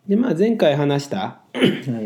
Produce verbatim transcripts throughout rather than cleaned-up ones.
でまあ前回話した、はい、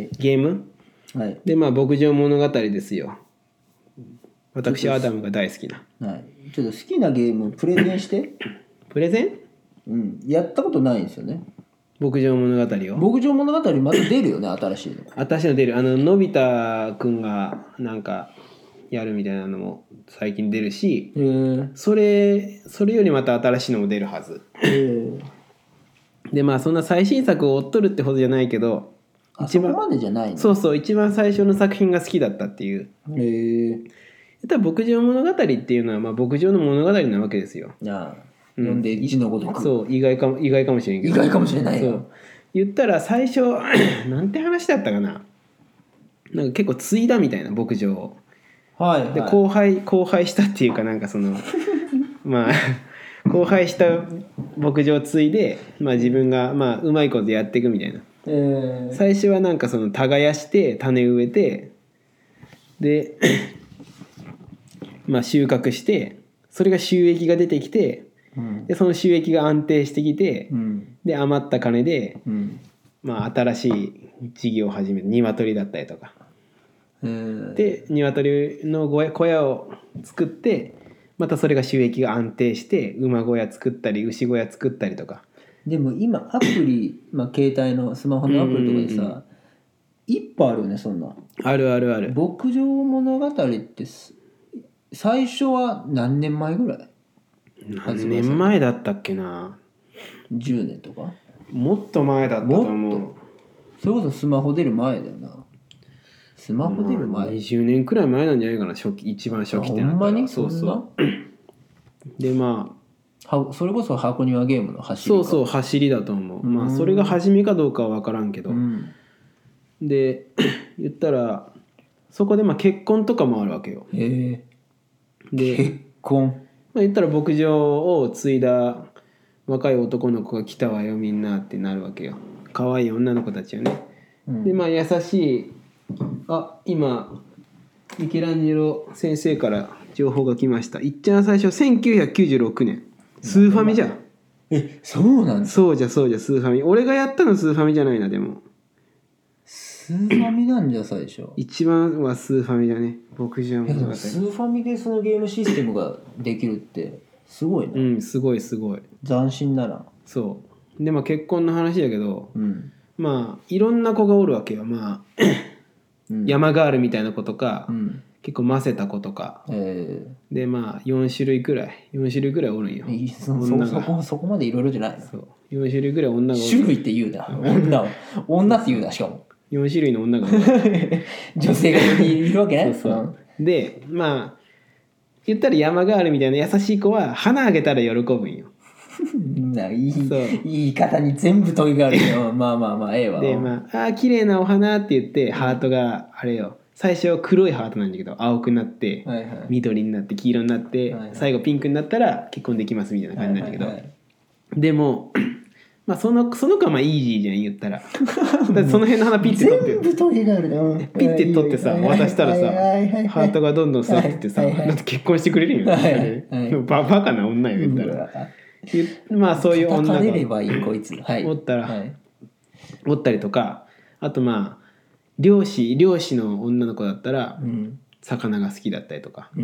ゲーム、はい、でまあ牧場物語ですよ。私アダムが大好きな、 はい、ちょっと好きなゲームプレゼンしてプレゼン、 うん、やったことないんですよね。 牧場物語を牧場物語また出るよね新しいの新しいの出る。あののび太くんがなんかやるみたいなのも最近出るし、へそれそれよりまた新しいのも出るはず。へでまあそんな最新作を追っとるってほどじゃないけど、 一番そこまでじゃないの。 そうそう一番最初の作品が好きだったっていう。へえ。やっぱ牧場物語っていうのはまあ牧場の物語なわけですよ。 ああ、読んで字のごとく。 そう意外かも意外かもしれんけど。 意外かもしれないよ。そう言ったら最初なんて話だったかな。なんか結構継いだみたいな牧場を。はいはい、で荒廃荒廃したっていうかなんかそのまあ荒廃した牧場を継いで、まあ、自分がまあうまいことやっていくみたいな、えー、最初はなんかその耕して種植えてでまあ収穫してそれが収益が出てきて、うん、でその収益が安定してきて、うん、で余った金で、うんまあ、新しい事業を始める鶏だったりとか、えー、で鶏の小屋を作ってまたそれが収益が安定して馬小屋作ったり牛小屋作ったりとか。 でも今アプリ、まあ、携帯のスマホのアプリとかでさ、うんうん、いっぱいあるよねそんな。 あるあるある。 牧場物語って最初は何年前ぐらい？ 何年前だったっけな。 じゅうねんとかもっと前だったと思う。 それこそスマホ出る前だよな。スマホ出る前、まあ、 にじゅうねんくらい前なんじゃないかな。初期一番初期ってなったら。ほんまにそうそうでまあはそれこそ箱庭ゲームの走りか。そうそう走りだと思う。まあそれが初めかどうかは分からんけど、うん、で言ったらそこでまあ結婚とかもあるわけよ。へで結婚、 まあ、言ったら牧場を継いだ若い男の子が来たわよみんなってなるわけよ。可愛い女の子たちよね、うん、でまあ優しいあ今ミケランジェロ先生から情報が来ました。いっちゃん最初せんきゅうひゃくきゅうじゅうろくねんスーファミじゃん。 えそうなんだ。 そうじゃそうじゃスーファミ。俺がやったのスーファミじゃないな。でもスーファミなんじゃ最初。 一番はスーファミだね。牧場物語。 スーファミでそのゲームシステムができるってすごいな。 うんすごいすごい。 斬新だな。 そうでまあ結婚の話だけど、うん、まあいろんな子がおるわけよ。まあ、うん、山ガールみたいな子とか、うん、結構ませた子とか、えー、でまあよん種類くらいよん種類くらいおるんよ。 そ, そ, そ, こそこまでいろいろじゃないの。 そうよん種類くらい女がおる。 種類って言うな女を女って言うなしかもよん種類の女がおる女性がいるわけね。そうそうでまあ言ったら山ガールみたいな優しい子は花あげたら喜ぶんよ。 ないい言い方に全部問いがあるよまあまあまあええわ。 でまああ綺麗なお花って言ってハートがあれよ最初黒いハートなんだけど青くなって、はいはい、緑になって黄色になって、はいはい、最後ピンクになったら結婚できますみたいな感じなんだけど、はいはいはい、でもまあそのその子はまあイージーじゃん言ったらだってその辺の花ピッて取って全部問いがあるよピッて取ってさ渡したらさハートがどんどん育ってってさ、はいはい、だって結婚してくれるよ、はいはい、バカな女よ言ったら、うん、まあそういう女がれればいいこいつ、はい、 おったら、はい、おったりとかあとまあ漁師漁師の女の子だったら、うん、魚が好きだったりとか、うん、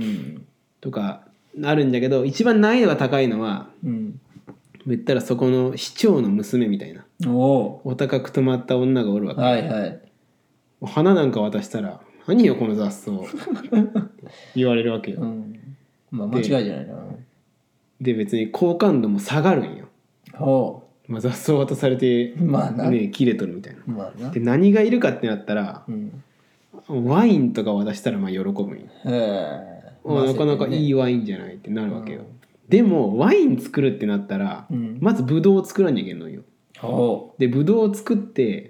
とかあるんだけど一番難易度が高いのは、うん、言ったらそこの市長の娘みたいな お, お高く泊まった女がおるわけ、はいはい、花なんか渡したら何よこの雑草言われるわけよ、うん、 まあ間違いじゃないな。 で別に好感度も下がるんよ。ほう、まあ、雑草渡されて、まあなね、切れとるみたいな、まあな。で何がいるかってなったら、うん、ワインとか渡したらまあ喜ぶんよ。へー、なかなかいいワインじゃないってなるわけよ、うん、でもワイン作るってなったら、うん、まずブドウを作らなきゃいけんのよ。ほうでブドウを作って、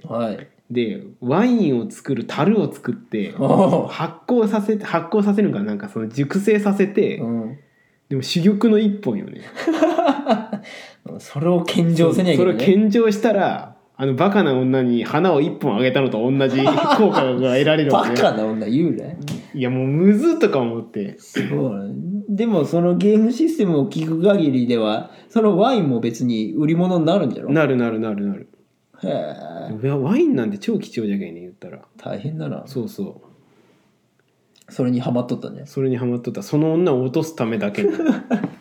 はい、でワインを作る樽を作って発酵させて発酵させるのかなんかその熟成させて、うん、でも珠玉の一本よねそれを献上せなきゃいけない、 ね、それを献上したらあのバカな女に花を一本あげたのと同じ効果が得られるわけバカな女言うね。 いやもうむずとか思ってそうでもそのゲームシステムを聞く限りではそのワインも別に売り物になるんじゃろ。 なるなるなるなる。 へえ。 ワインなんて超貴重じゃけんね言ったら。 大変だな。 そうそう。 それにハマっとったね。 それにハマっとった。その女を落とすためだけに、うん、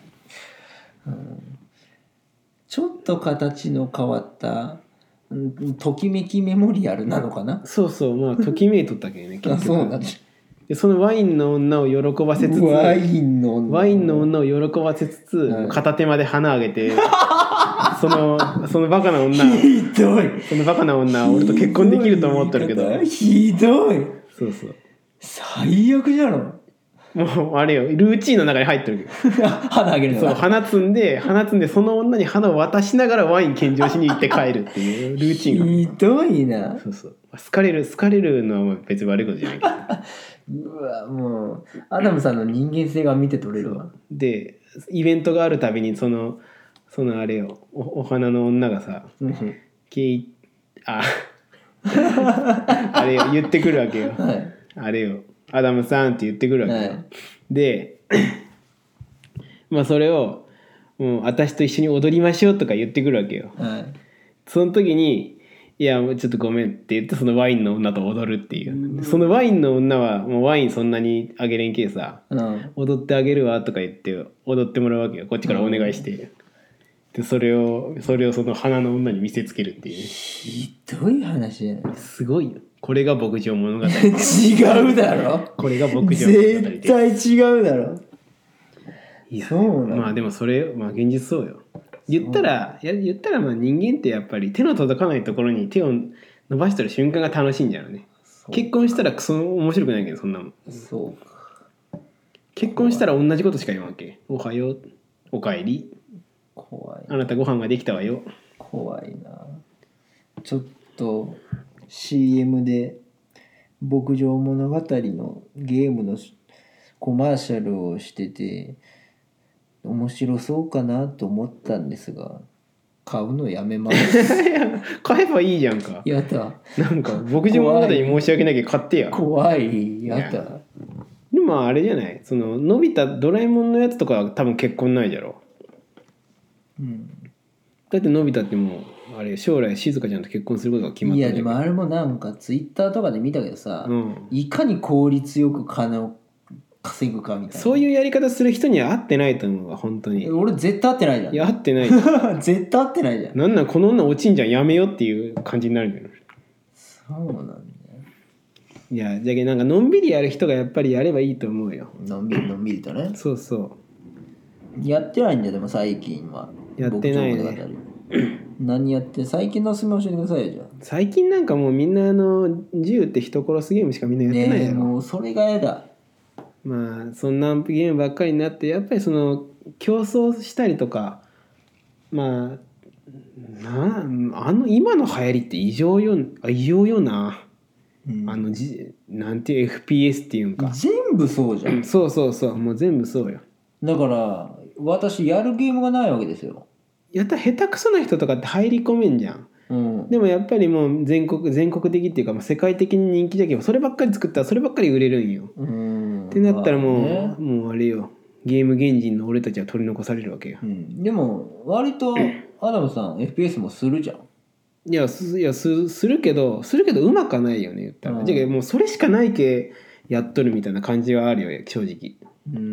ちょっと形の変わったときめきメモリアルなのかな。 そうそう、まあときめいとったけどね結局。 あ、そうなんです。 でそのワインの女を喜ばせつつワインの女ワインの女を喜ばせつつ、はい、片手まで花あげてそのそのバカな女ひどいそのバカな女は俺と結婚できると思ってるけどひどい。 そうそう最悪じゃろ。 もうあれよルーチンの中に入ってるけど花あげるの。 そう花摘んで花摘んでその女に花を渡しながらワイン献上しに行って帰るっていうルーチンがひどいな。 そうそう好かれる好かれるのは別に悪いことじゃないけどうわもうアダムさんの人間性が見て取れるわ。 でイベントがあるたびにそのそのあれよ お, お花の女がさ「ケイああれよ言ってくるわけよ、はい、あれよアダムさんって言ってくるわけよ、はい、でまあそれをもう私と一緒に踊りましょうとか言ってくるわけよ、はい、その時にいやもうちょっとごめんって言ってそのワインの女と踊るっていう、うん、そのワインの女はもうワインそんなにあげれんけさ、うん、踊ってあげるわとか言って踊ってもらうわけよこっちからお願いして、うん、でそれをそれをその花の女に見せつけるっていうひどい話じゃない。 すごいよこれが牧場物語違うだろこれが牧場物語絶対違うだろ。 いやそうなの。まあでもそれまあ現実そうよ言ったらや言ったらまあ人間ってやっぱり手の届かないところに手を伸ばしてる瞬間が楽しいんじゃろうね。結婚したらクソ面白くないけどそんなもん。 そうか。 結婚したら同じことしか言わんわけ。おはようおかえり怖い。 あなたご飯ができたわよ。 怖いな。ちょっと シーエム で牧場物語のゲームのコマーシャルをしてて面白そうかなと思ったんですが買うのやめます買えばいいじゃんか。 やだなんか牧場物語に申し訳ないけど買ってや。 怖いやだ。 でもあれじゃないそののび太ドラえもんのやつとかは多分結婚ないじゃろ、うん、だってのび太ってもうあれ将来静香ちゃんと結婚することが決まってる。 いやでもあれもなんかツイッターとかで見たけどさ、うん、いかに効率よく金を稼ぐかみたいなそういうやり方する人には合ってないと思うわ本当に。 俺絶対合ってないじゃん。 いや合ってない絶対合ってないじゃん。 なんなんこの女落ちんじゃんやめよっていう感じになるんじゃない。 そうなんだよ。 いやじゃけなんかのんびりやる人がやっぱりやればいいと思うよ。 のんびりのんびりとね。 そうそうやってないんだよでも最近は。 やってないね。 何やって最近のおすすめ教えてくださいよじゃあ。 最近なんかもうみんなあの銃って人殺すゲームしかみんなやってないやろ。 ねえもうそれがやだ。 まあそんなゲームばっかりになってやっぱりその競争したりとかまあなあの今の流行りって異常よ異常よな、うん、あのじなんていう エフピーエス っていうんか全部そうじゃん、うん、 そうそうそうもう全部そうよ。 だから私やるゲームがないわけですよ。 やったら下手くそな人とかって入り込めんじゃん、うん、でもやっぱりもう全国全国的っていうかもう世界的に人気だけどそればっかり作ったらそればっかり売れるんよ、うんってなったらもう、ね、もうあれよゲーム原人の俺たちは取り残されるわけよ、 うん、でも割とアダムさん エフピーエス もするじゃん。 いやすいや す, するけどするけどうまくはないよね言ったら、うん、じゃあもうそれしかないけやっとるみたいな感じはあるよ正直。 うん、うん、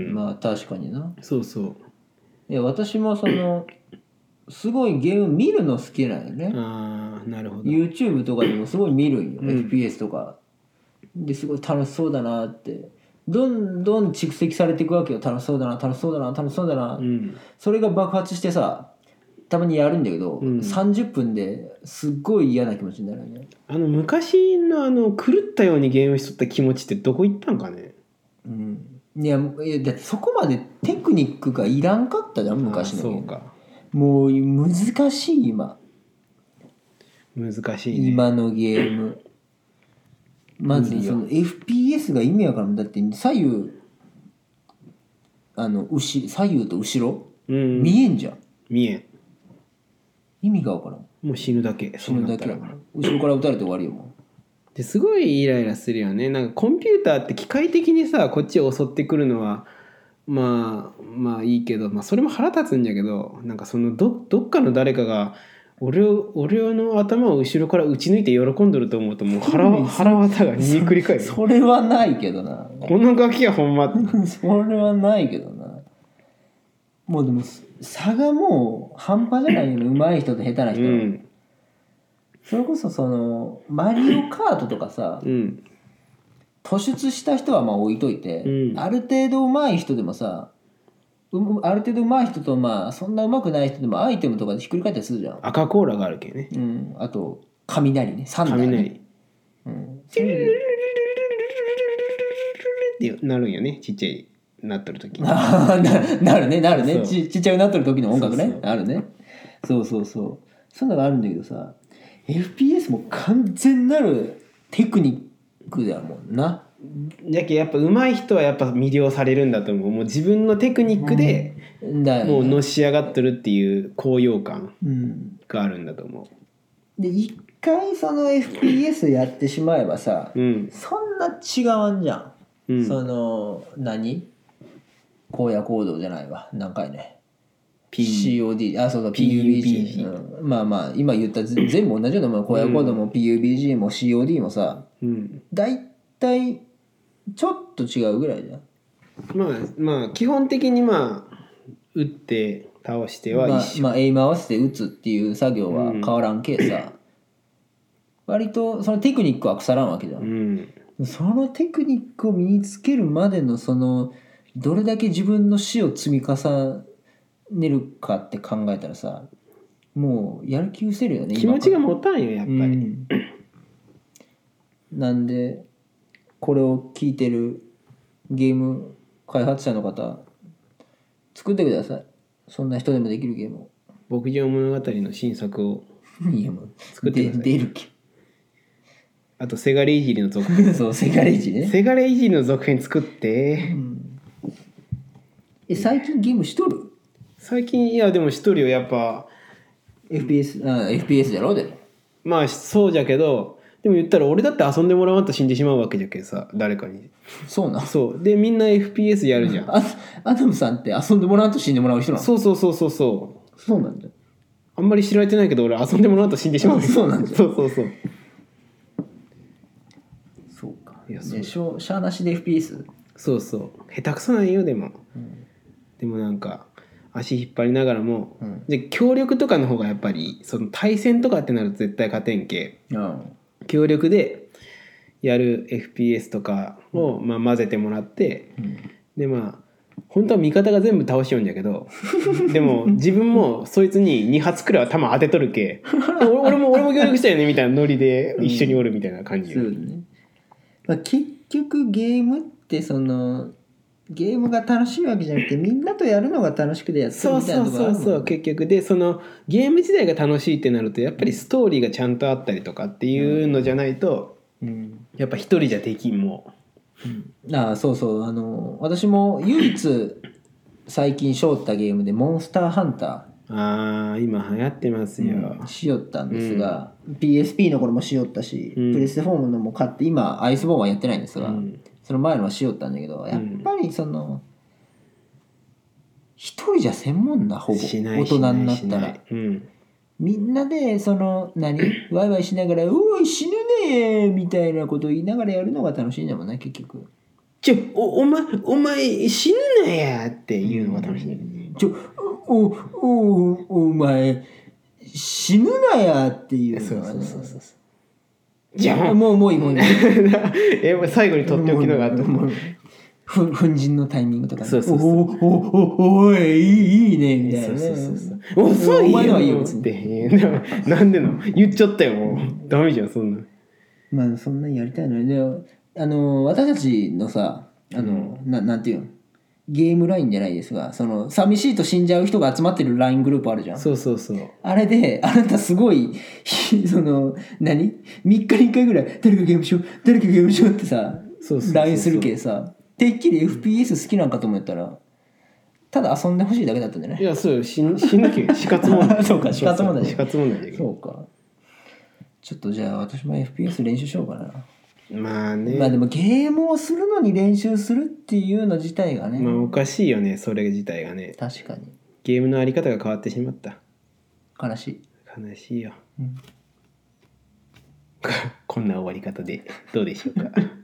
まあ確かにな。 そうそう。 いや私もそのすごいゲーム見るの好きなんよね。 ああなるほど。 YouTube とかでもすごい見るんよ、うん、エフピーエス とかですごい楽しそうだなってどんどん蓄積されていくわけよ。楽しそうだな楽しそうだな楽しそうだな、うん、それが爆発してさたまにやるんだけど、うん、さんじゅっぷんですっごい嫌な気持ちになるよね。 あの昔のあの狂ったようにゲームしとった気持ちってどこ行ったんかね。 うん、いやいやだってそこまでテクニックがいらんかったじゃん昔のゲーム。そうかもう難しい今難しいね今のゲーム。まずその エフピーエス が意味わからん。だって左右あの後左右と後ろ、うん、見えんじゃん。 見えん。 意味がわからん。 もう死ぬだけ。 死ぬだけやもん。後ろから撃たれて終わりよもん。 ですごいイライラするよね。なんかコンピューターって機械的にさこっちを襲ってくるのはまあまあいいけど、まあ、それも腹立つんだけどなんかその ど, どっかの誰かが俺を俺の頭を後ろから打ち抜いて喜んどると思うともう腹腹渡がにくり返る。 それはないけどな。 このガキはほんまそれはないけどな。もうでも差がもう半端じゃないよね。上手い人と下手な人、うん、それこそそのマリオカートとかさ、うん、突出した人はまあ置いといて、うん、ある程度上手い人でもさ、ある程度上手い人とまあそんな上手くない人でもアイテムとかでひっくり返ったりするじゃん。 赤コーラがあるけどね、 うん、あと雷ね、サンダーね、雷、うん、 ってなるんよね、ちっちゃいなっとる時にな, なるねなるね ち, ちっちゃくなっとる時の音楽ね、そうそうあるね、そうそうそうそんなのがあるんだけどさ、 エフピーエス も完全なるテクニックだもんな。 じゃけやっぱ上手い人はやっぱ魅了されるんだと思う。もう自分のテクニックでもうのし上がってるっていう高揚感があるんだと思う、 うん、で一回その エフピーエス やってしまえばさ、うん、そんな違わんじゃん、うん、その何荒野行動じゃないわ、何回ね P、シーオーディー あそうそう ピーユービージー、うん、まあまあ今言った全部同じようなもん、荒野行動も ピーユービージー も シーオーディー もさ、うん、大体ちょっと違うぐらいじゃん。 まあまあ基本的にまあ打って倒しては一緒、 まあ、まあエイム合わせて打つっていう作業は変わらんけさ、うん、割とそのテクニックは腐らんわけじゃん、うん、そのテクニックを身につけるまでのそのどれだけ自分の死を積み重ねるかって考えたらさ、もうやる気失せるよね。 気持ちが持たんよやっぱり、うん、 なんでこれを聞いてるゲーム開発者の方、作ってください。そんな人でもできるゲームを。 牧場物語の新作を作ってください。 出る気。 あとセガレいじりの続編そうセガレいじりね。 セガレいじりの続編作って、うん、 え最近ゲームしとる？ 最近いやでもしとるよやっぱエフピーエス あ エフピーエス じゃろでも。 まあそうじゃけど。でも言ったら俺だって遊んでもらわんと死んでしまうわけじゃけさ、誰かに。 そうな。 そうでみんな エフピーエス やるじゃん。 あアダムさんって遊んでもらわんと死んでもらう人なの？ そうそうそうそうそう。 そうなんだ。 あんまり知られてないけど俺遊んでもらわんと死んでしまう。 そうなんだ。 そうそうそう。 そうか。いやそう。しょしゃーなしで エフピーエス？ そうそう。下手くそなんよでも、うん。でもなんか足引っ張りながらも、うん、で協力とかの方がやっぱりその対戦とかってなると絶対勝てんけ。うん。協力でやる エフピーエス とかをまあ混ぜてもらって、うん、でまあ本当は味方が全部倒しようんだけどでも自分もそいつにに発くらいは弾当てとるけ俺も俺も協力したよねみたいなノリで一緒におるみたいな感じ、うんそうねまあ、結局ゲームってそのゲームが楽しいわけじゃなくてみんなとやるのが楽しくてやってるみたいなところあるもんね。そうそうそうそう結局でそのゲーム自体が楽しいってなるとやっぱりストーリーがちゃんとあったりとかっていうのじゃないと、うん、やっぱ一人じゃできんもう、うん、ああそうそうあの私も唯一最近しょったゲームでモンスターハンターああ今流行ってますよ、 うん、しよったんですが、うん、ピーエスピー の頃もしよったし、うん、プレステフォームのも買って今アイスボーンはやってないんですが、うんその前のはしよったんだけどやっぱりその一人じゃせんもんなほぼ大人になったら、うん、みんなでその何ワイワイしながら「おい死ぬね」みたいなことを言いながらやるのが楽しいんだもんね結局。 ちょおお前お前死ぬなやっていうのが楽しいんだよね。 ちょおおお前死ぬなやっていうのがね。そうそうそうそうじゃあもうもういいもういいえ最後にとっておきのがあったふ粉塵のタイミングとか、ね、そうそうそうおおおおいいいいねみたいなねそうそうそうそう遅いよお前のはいいよってなんでの言っちゃったよもうダメじゃんそんなまあそんなにやりたいのにであの私たちのさあの、うん、な, なんていうのゲームラインじゃないですがその寂しいと死んじゃう人が集まってるライングループあるじゃん。 そうそうそうあれであなたすごいその何みっかにいっかいぐらい誰かゲームしよう誰かゲームしようってさ ライン するけさてっきり エフピーエス 好きなんかと思ったらただ遊んでほしいだけだったんじゃない。 いやそう死ん死んなきゃ死活問題そうか死活問題死活問題だけどそうかちょっとじゃあ私も エフピーエス 練習しようかな。 まあねまあでもゲームをするのに練習するっていうの自体がねまあおかしいよねそれ自体がね。 確かにゲームのあり方が変わってしまった。 悲しい悲しいよ、 うん、 こんな終わり方でどうでしょうか